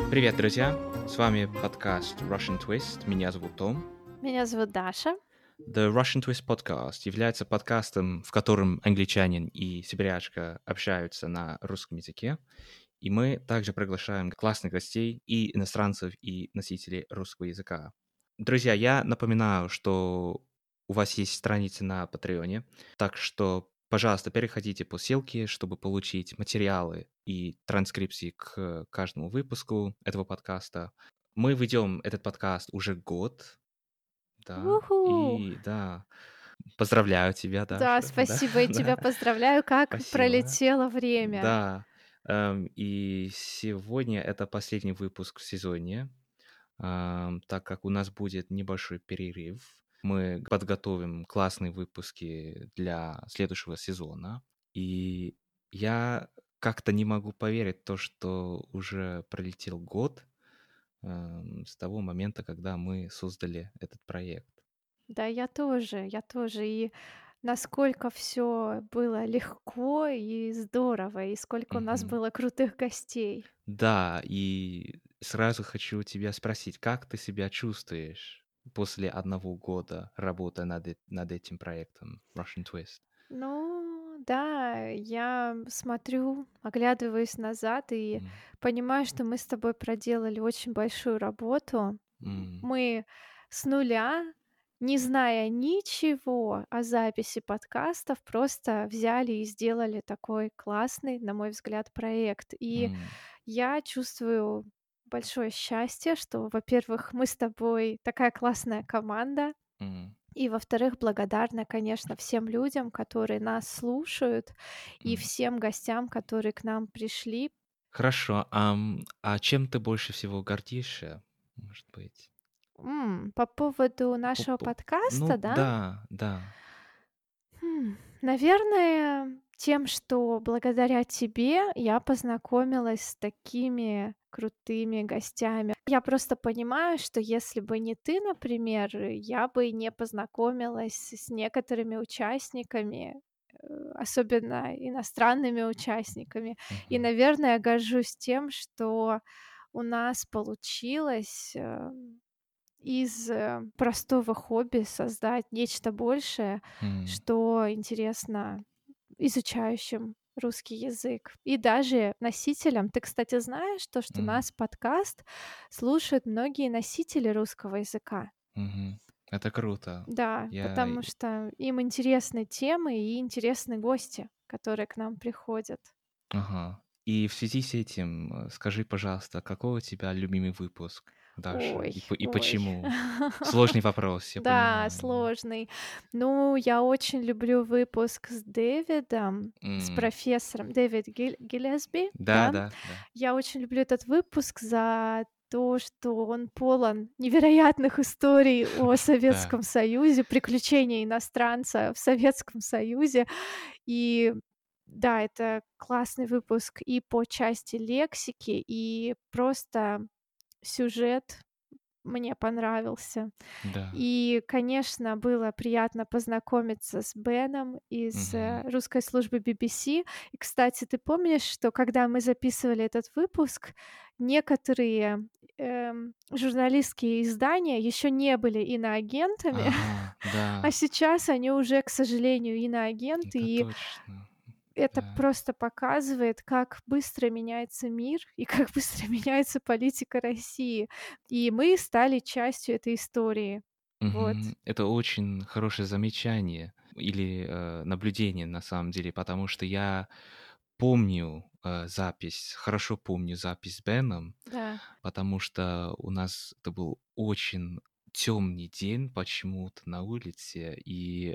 Привет, друзья! С вами подкаст Russian Twist. Меня зовут Том. Меня зовут Даша. The Russian Twist Podcast является подкастом, в котором англичанин и сибирячка общаются на русском языке. И мы также приглашаем классных гостей и иностранцев, и носителей русского языка. Друзья, я напоминаю, что у вас есть страница на Патреоне, так что, пожалуйста, переходите по ссылке, чтобы получить материалы и транскрипции к каждому выпуску этого подкаста. Мы ведем этот подкаст уже год, да, Уху! и да, поздравляю тебя, Да, Даша, да, спасибо, и тебя да, поздравляю, как спасибо. пролетело время. Да, и сегодня это последний выпуск в сезоне, так как у нас будет небольшой перерыв. Мы подготовим классные выпуски для следующего сезона. И я как-то не могу поверить в то, что уже пролетел год с того момента, когда мы создали этот проект. Да, я тоже. И насколько все было легко и здорово, и сколько у нас Мгм. было крутых гостей. Да, и сразу хочу тебя спросить, как ты себя чувствуешь после одного года работы над этим проектом Russian Twist? Ну, да, я смотрю, оглядываюсь назад и М, понимаю, что мы с тобой проделали очень большую работу. м, Мы с нуля, не зная ничего о записи подкастов, просто взяли и сделали такой классный, на мой взгляд, проект. И м, я чувствую большое счастье, что, во-первых, мы с тобой такая классная команда, м, и, во-вторых, благодарна, конечно, всем людям, которые нас слушают, и м. всем гостям, которые к нам пришли. Хорошо, а чем ты больше всего гордишься, может быть? По поводу Пу нашего пу Ну подкаста, да, да, да. наверное, тем, что благодаря тебе я познакомилась с такими крутыми гостями. Я просто понимаю, что если бы не ты, например, я бы не познакомилась с некоторыми участниками, особенно иностранными участниками. И, Мгм, наверное, горжусь тем, что у нас получилось из простого хобби создать нечто большее, м, что интересно изучающим русский язык и даже носителям. Ты, кстати, знаешь то, что м, наш подкаст слушают многие носители русского языка? мгм. Это круто. Да, Я потому что им интересны темы и интересны гости, которые к нам приходят. Ага. И в связи с этим, скажи, пожалуйста, какой у тебя любимый выпуск, Даша, Ой, и ой. почему? Сложный вопрос, я Да, понимаю, да. сложный. Ну, я очень люблю выпуск с Дэвидом, с М, профессором Дэвид Гиллеспи, да, да. да, да, Я очень люблю этот выпуск за то, что он полон невероятных историй о да. Советском Союзе, приключения иностранца в Советском Союзе. И да, это классный выпуск и по части лексики, и просто сюжет мне понравился. Да. И, конечно, было приятно познакомиться с Беном из, Мгм. русской службы BBC. И, кстати, ты помнишь, что когда мы записывали этот выпуск, некоторые, журналистские издания еще не были иноагентами, Ага, а да, сейчас они уже, к сожалению, иноагенты. это И точно. это Да. просто показывает, как быстро меняется мир и как быстро меняется политика России. И мы стали частью этой истории. Вот. Мгм. Это очень хорошее замечание или, наблюдение на самом деле, потому что я помню, хорошо помню запись с Беном, Да. потому что у нас это был очень темный день почему-то на улице, и,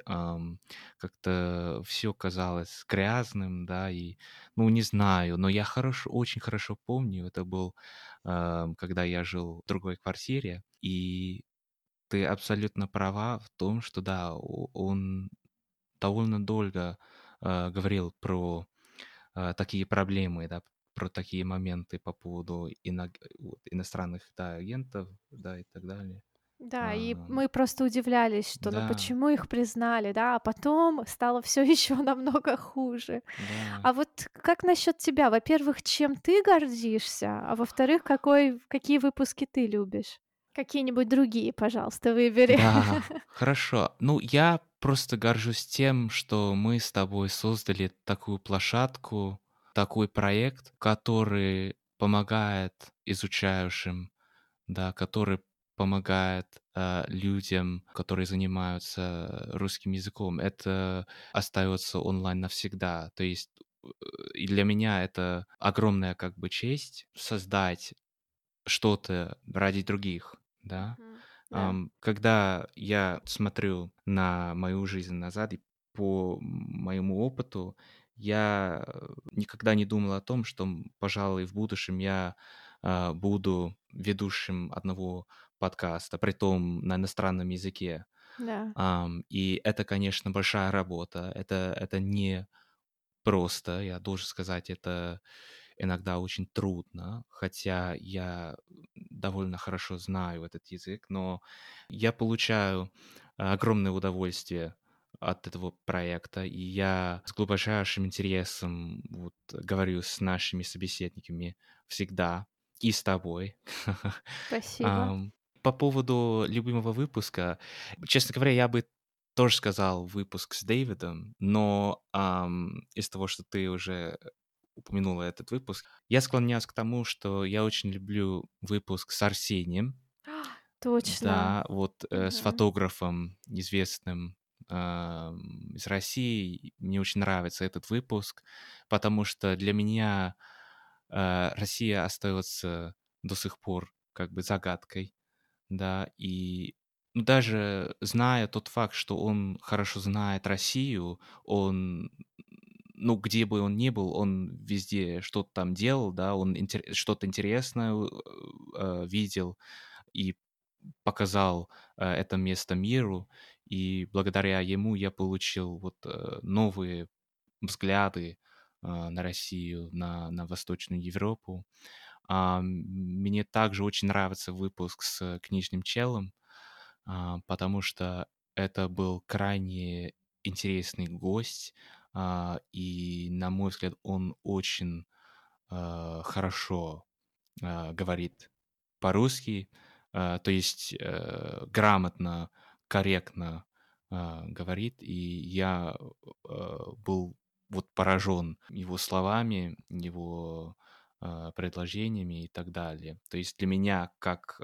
как-то все казалось грязным, да, и, ну, не знаю, но я очень хорошо помню, это был, когда я жил в другой квартире, и ты абсолютно права в том, что да, он довольно долго, говорил про такие проблемы, да, про такие моменты по поводу вот иностранных, да, агентов, да, и так далее. Да, и А, мы просто удивлялись, что ну да, почему их признали, да, а потом стало все еще намного хуже. да. А вот как насчет тебя? Во-первых, чем ты гордишься, а во-вторых, какие выпуски ты любишь? Какие-нибудь другие, пожалуйста, выбери. Да, хорошо. Ну, я просто горжусь тем, что мы с тобой создали такую площадку, такой проект, который помогает изучающим, да, который помогает людям, которые занимаются русским языком. Это остается онлайн навсегда. То есть и для меня это огромная как бы честь создать что-то ради других, да. Мгм. Да. Когда я смотрю на мою жизнь назад и по моему опыту, я никогда не думал о том, что, пожалуй, в будущем я буду ведущим одного подкаста, притом на иностранном языке. Да. И это, конечно, большая работа. Это не просто, я должен сказать, это иногда очень трудно, хотя я довольно хорошо знаю этот язык, но я получаю огромное удовольствие от этого проекта, и я с глубочайшим интересом вот говорю с нашими собеседниками всегда и с тобой. Спасибо. Ам, По поводу любимого выпуска, честно говоря, я бы тоже сказал выпуск с Дэвидом, но из того, что ты уже упомянула этот выпуск, я склоняюсь к тому, что я очень люблю выпуск с Арсением. Точно. Да, вот с Мгм. фотографом известным из России. Мне очень нравится этот выпуск, потому что для меня Россия остается до сих пор как бы загадкой, да, и ну, даже зная тот факт, что он хорошо знает Россию, он, ну, где бы он ни был, он везде что-то там делал, да, он что-то интересное видел и показал это место миру, и благодаря ему я получил вот новые взгляды на Россию, на Восточную Европу. Мне также очень нравится выпуск с книжным челом, потому что это был крайне интересный гость, и, на мой взгляд, он очень хорошо говорит по-русски, то есть грамотно, корректно говорит, и я был вот поражен его словами, его предложениями и так далее. То есть для меня, как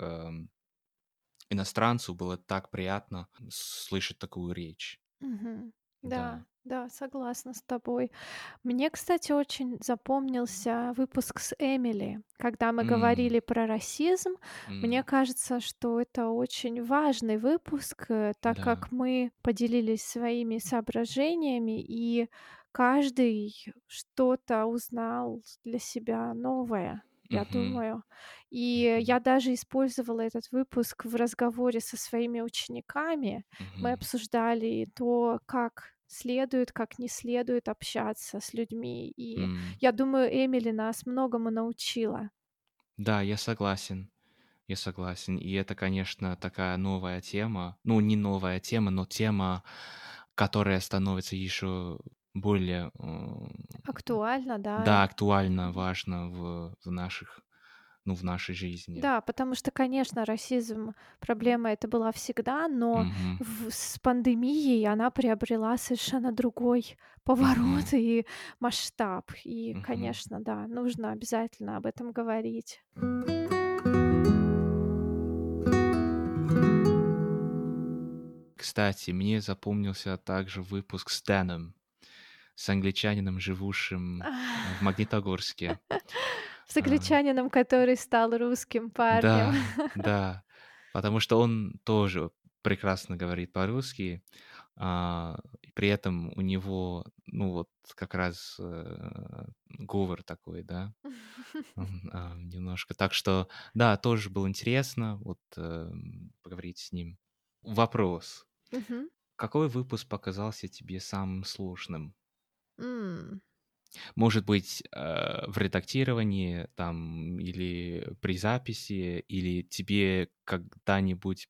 иностранцу, было так приятно слышать такую речь. Мгм. Да, Да. да, согласна с тобой. Мне, кстати, очень запомнился выпуск с Эмили, когда мы М, говорили про расизм. Мне м, кажется, что это очень важный выпуск, так да. как мы поделились своими соображениями, и каждый что-то узнал для себя новое, я Мгм, думаю. И мгм, я даже использовала этот выпуск в разговоре со своими учениками. Мы мгм, обсуждали то, как следует, как не следует общаться с людьми. И м. я думаю, Эмили нас многому научила. Да, я согласен. Я согласен. И это, конечно, такая новая тема. Ну, не новая тема, но тема, которая становится еще более, Актуально, да. да, актуальна, Мгм. важна в наших, ну, в нашей жизни. Да, потому что, конечно, расизм, проблема это была всегда, но Мгм, с пандемией она приобрела совершенно другой мгм, поворот и масштаб. И, мгм. конечно, да, нужно обязательно об этом говорить. Кстати, мне запомнился также выпуск с Дэном, с англичанином, живущим в Магнитогорске. С А, англичанином, который стал русским парнем. да, да, потому что он тоже прекрасно говорит по-русски, и при этом у него, ну, вот как раз, говор такой, да, немножко. Так что, да, тоже было интересно вот, поговорить с ним. Вопрос: Мгм. какой выпуск показался тебе самым сложным? М. Может быть, в редактировании там или при записи, или тебе когда-нибудь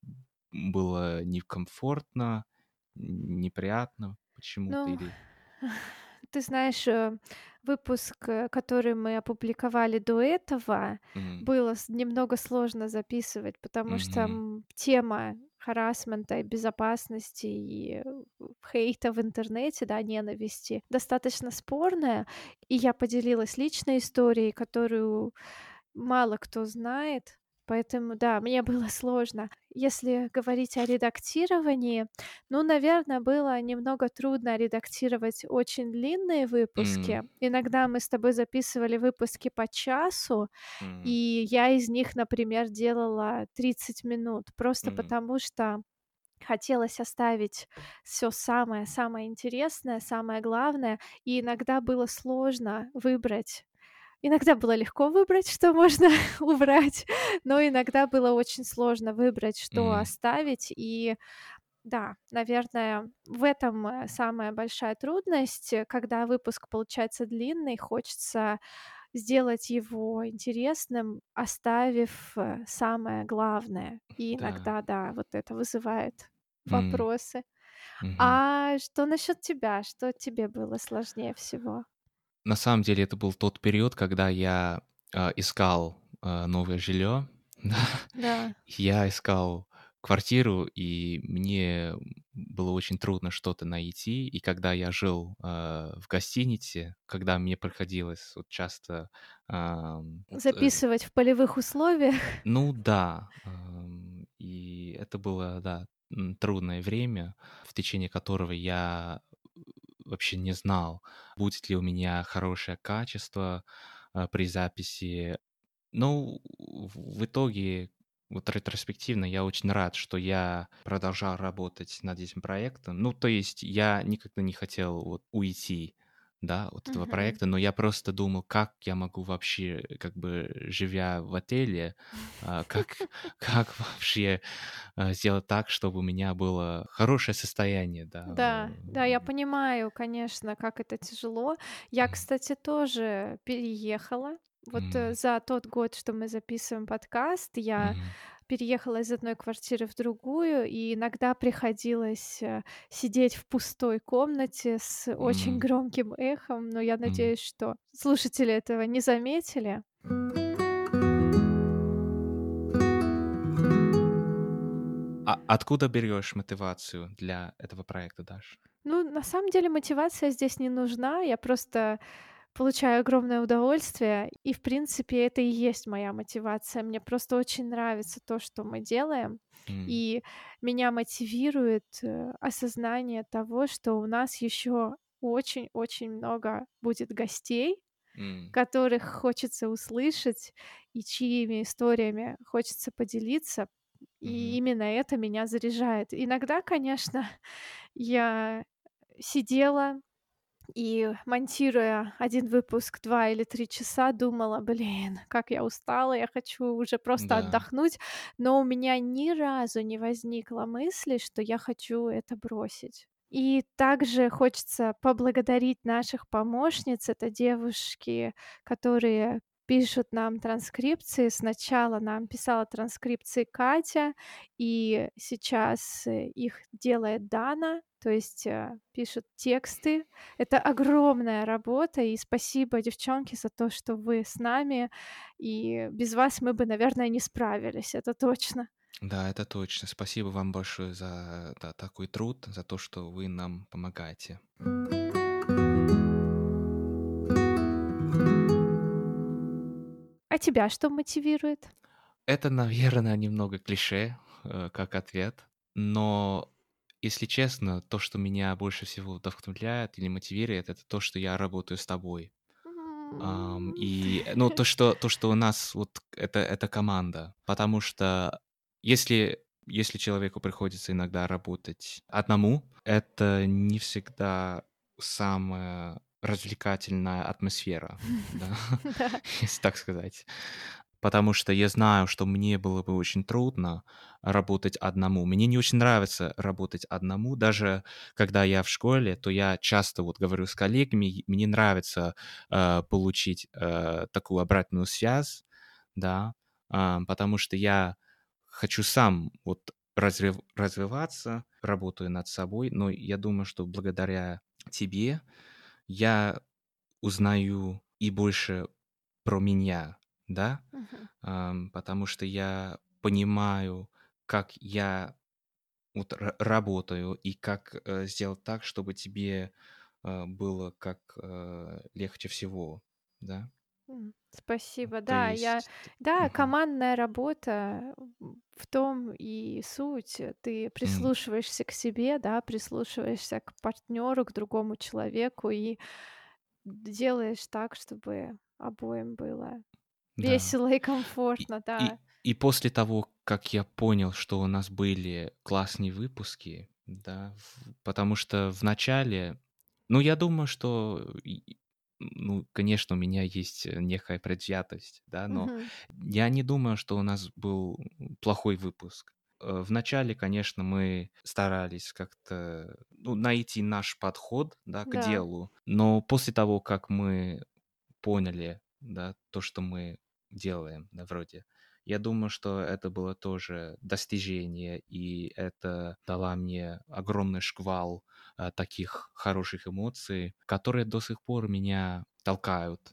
было некомфортно, неприятно почему-то Ну, или... ты знаешь, выпуск, который мы опубликовали до этого, Мгм. было немного сложно записывать, потому что Мгм. тема харассмента и безопасности и хейта в интернете, да, ненависти, достаточно спорная. И я поделилась личной историей, которую мало кто знает. Поэтому, да, мне было сложно. Если говорить о редактировании, ну, наверное, было немного трудно редактировать очень длинные выпуски. М. Иногда мы с тобой записывали выпуски по часу, М. и я из них, например, делала 30 минут, просто М. потому что хотелось оставить все самое-самое интересное, самое главное, и иногда было сложно выбрать. Иногда было легко выбрать, что можно убрать, но иногда было очень сложно выбрать, что М. оставить. И да, наверное, в этом, самая большая трудность. Когда выпуск получается длинный, хочется сделать его интересным, оставив, самое главное. И Да. иногда, да, вот это вызывает М. вопросы. Мгм. А что насчет тебя? Что тебе было сложнее всего? На самом деле это был тот период, когда я, искал, новое жилье. Да. Да. Я искал квартиру, и мне было очень трудно что-то найти. И когда я жил, в гостинице, когда мне приходилось вот часто, вот, Записывать в полевых условиях. ну да, и это было, да, трудное время, в течение которого я вообще не знал, будет ли у меня хорошее качество, при записи. Ну, в итоге, вот ретроспективно, я очень рад, что я продолжал работать над этим проектом. Ну, то есть я никогда не хотел вот уйти, да, от этого Мгм. проекта, но я просто думал, как я могу вообще, как бы, живя в отеле, как, как вообще сделать так, чтобы у меня было хорошее состояние, да. Да, да, я понимаю, конечно, как это тяжело. Я, М. кстати, тоже переехала. Вот, М. за тот год, что мы записываем подкаст, я Мгм. переехала из одной квартиры в другую, и иногда приходилось, сидеть в пустой комнате с очень М. громким эхом, но я М. надеюсь, что слушатели этого не заметили. А откуда берешь мотивацию для этого проекта, Даш? Ну, на самом деле мотивация здесь не нужна. Я просто получаю огромное удовольствие, и, в принципе, это и есть моя мотивация. Мне просто очень нравится то, что мы делаем, М. и меня мотивирует, осознание того, что у нас еще очень-очень много будет гостей, М. которых хочется услышать и чьими историями хочется поделиться. И Мгм. именно это меня заряжает. Иногда, конечно, я сидела и, монтируя один выпуск 2 или 3 часа, думала: "Блин, как я устала, я хочу уже просто Да. отдохнуть". Но у меня ни разу не возникло мысли, что я хочу это бросить. И также хочется поблагодарить наших помощниц. Это девушки, которые пишут нам транскрипции. Сначала нам писала транскрипции Катя, и сейчас, их делает Дана, то есть, пишет тексты. Это огромная работа, и спасибо, девчонки, за то, что вы с нами. И без вас мы бы, наверное, не справились, это точно. Да, это точно. Спасибо вам большое за, да, такой труд, за то, что вы нам помогаете. А тебя что мотивирует? Это, наверное, немного клише, как ответ, но, если честно, то, что меня больше всего вдохновляет или мотивирует, это то, что я работаю с тобой. М. Ну, то, что у нас вот это команда. Потому что если человеку приходится иногда работать одному, это не всегда самая развлекательная атмосфера, да, Да. если так сказать. Потому что я знаю, что мне было бы очень трудно работать одному. Мне не очень нравится работать одному. Даже когда я в школе, то я часто вот говорю с коллегами, и мне нравится, получить, такую обратную связь, да, потому что я хочу сам вот развиваться, работаю над собой, но я думаю, что благодаря тебе я узнаю и больше про меня, да, Мгм. потому что я понимаю, как я вот работаю и как сделать так, чтобы тебе было как легче всего, да. Спасибо. То Да, есть, да, мгм, командная работа в том и суть. Ты м, прислушиваешься к себе, да, прислушиваешься к партнеру, к другому человеку и делаешь так, чтобы обоим было да. весело и И, комфортно, да. и после того, как я понял, что у нас были классные выпуски, да, потому что в начале, ну, я думаю, что, ну, конечно, у меня есть некая предвзятость, да, но Мгм. я не думаю, что у нас был плохой выпуск. В начале, конечно, мы старались как-то, ну, найти наш подход, да, к Да. делу, но после того, как мы поняли, да, то, что мы делаем, да, вроде. Я думаю, что это было тоже достижение, и это дало мне огромный шквал таких хороших эмоций, которые до сих пор меня толкают.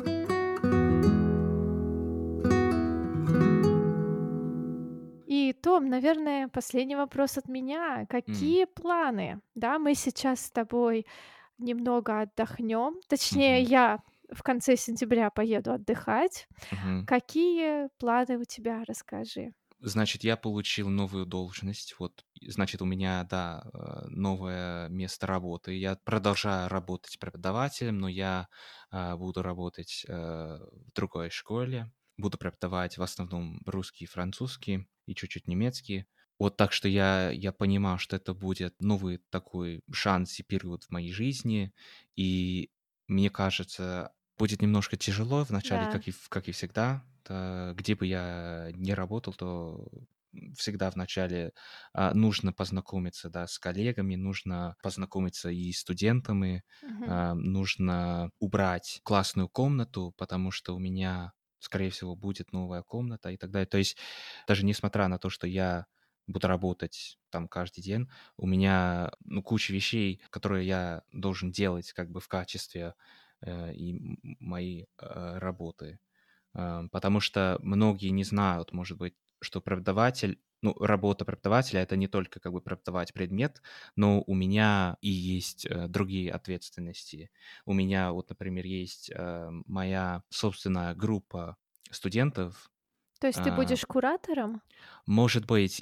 И, Том, наверное, последний вопрос от меня. М, Какие планы? Да, мы сейчас с тобой немного отдохнем. Точнее, мгм, я в конце сентября поеду отдыхать. мгм. Какие планы у тебя? Расскажи. Значит, я получил новую должность. Вот, значит, у меня, да, новое место работы. Я продолжаю работать преподавателем, но я буду работать в другой школе. Буду преподавать в основном русский, французский и чуть-чуть немецкий. Вот так что я понимаю, что это будет новый такой шанс и период в моей жизни. И мне кажется, будет немножко тяжело вначале, Да. как и всегда. Где бы я не работал, то всегда вначале нужно познакомиться, да, с коллегами, нужно познакомиться и с студентами, Мгм. нужно убрать классную комнату, потому что у меня, скорее всего, будет новая комната и так далее. То есть даже несмотря на то, что я буду работать там каждый день, у меня, ну, куча вещей, которые я должен делать как бы в качестве моей работы. Потому что многие не знают, может быть, что преподаватель, ну, работа преподавателя — это не только как бы преподавать предмет, но у меня и есть другие ответственности. У меня вот, например, есть моя собственная группа студентов. То есть ты А, будешь куратором? Может быть,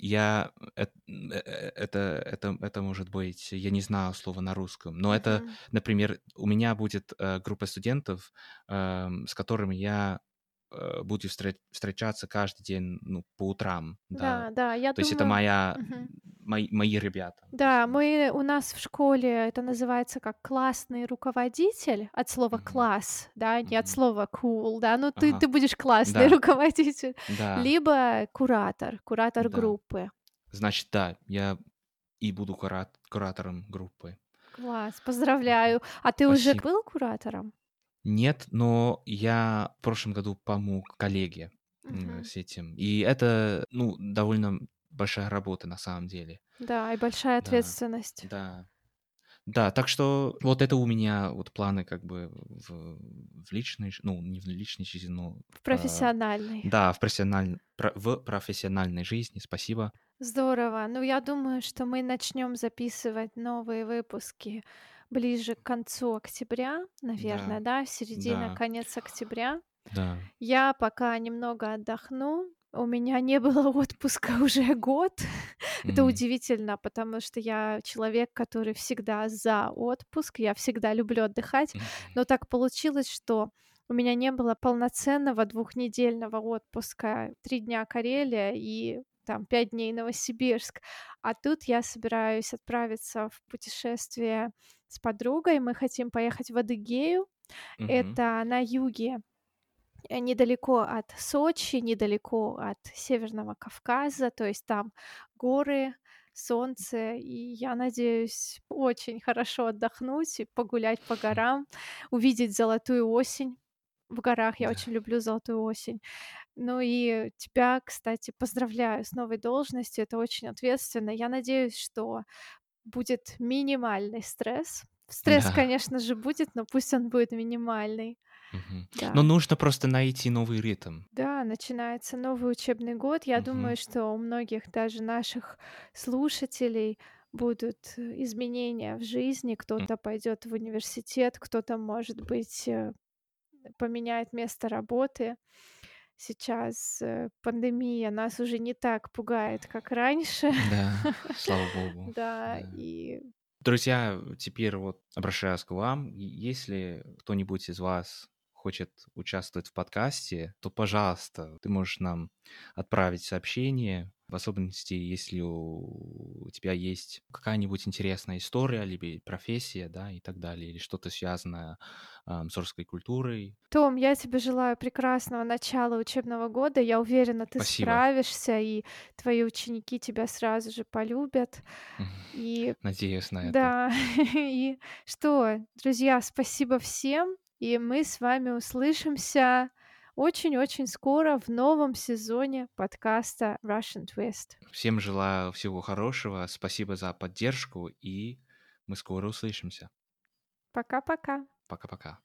это может быть, я не знаю слова на русском, но это, Мгм. например, у меня будет группа студентов, с которыми я буду встречаться каждый день, ну, по утрам, да. Да, да, я То есть это думаю. Мгм. мои ребята, Да, точнее. у нас в школе это называется как классный руководитель, от слова Мгм, класс, да, не от мгм. слова cool, да, ну ты Ага, будешь классный да, руководитель, да, либо куратор да. группы. Значит, да, я и буду куратором группы. Класс, Мгм. поздравляю. А ты уже Спасибо. был куратором? Нет, но я в прошлом году помог коллеге, Мгм. с этим. И это, ну, довольно большая работа на самом деле. Да, и большая Да, ответственность. да, да. Так что вот это у меня вот планы как бы в личной, ну, не в личной жизни, но В профессиональной. да, в профессиональной жизни. Спасибо. Здорово. Ну, я думаю, что мы начнем записывать новые выпуски ближе к концу октября, наверное, Да, да, середина, да, конец октября. да. Я пока немного отдохну. У меня не было отпуска уже год. Это М, удивительно, потому что я человек, который всегда за отпуск, я всегда люблю отдыхать. мгм. Но так получилось, что у меня не было полноценного двухнедельного отпуска. 3 дня Карелия и там 5 дней Новосибирск. А тут я собираюсь отправиться в путешествие с подругой. Мы хотим поехать в Адыгею. Мгм. Это на юге, недалеко от Сочи, недалеко от Северного Кавказа, то есть там горы, солнце, и я надеюсь очень хорошо отдохнуть и погулять по горам, увидеть золотую осень в горах. Я Да. очень люблю золотую осень. Ну и тебя, кстати, поздравляю с новой должностью. Это очень ответственно. Я надеюсь, что будет минимальный стресс. Стресс, Да. конечно же, будет, но пусть он будет минимальный. Мгм. Но Да. нужно просто найти новый ритм. Да, начинается новый учебный год. Я Мгм. думаю, что у многих даже наших слушателей будут изменения в жизни. М, Кто-то пойдет в университет, кто-то, может быть, поменяет место работы. Сейчас пандемия нас уже не так пугает, как раньше. да, слава богу, Да, да. и Друзья, теперь вот обращаюсь к вам. Если кто-нибудь из вас хочет участвовать в подкасте, то, пожалуйста, ты можешь нам отправить сообщение, в особенности, если у тебя есть какая-нибудь интересная история, либо профессия, да, и так далее, или что-то связанное с русской культурой. Том, я тебе желаю прекрасного начала учебного года. Я уверена, ты Спасибо. справишься, и твои ученики тебя сразу же полюбят. Мгм. И Надеюсь на это. да, и что, друзья, спасибо всем, и мы с вами услышимся очень-очень скоро в новом сезоне подкаста Russian Twist. Всем желаю всего хорошего. Спасибо за поддержку, и мы скоро услышимся. Пока-пока. Пока-пока.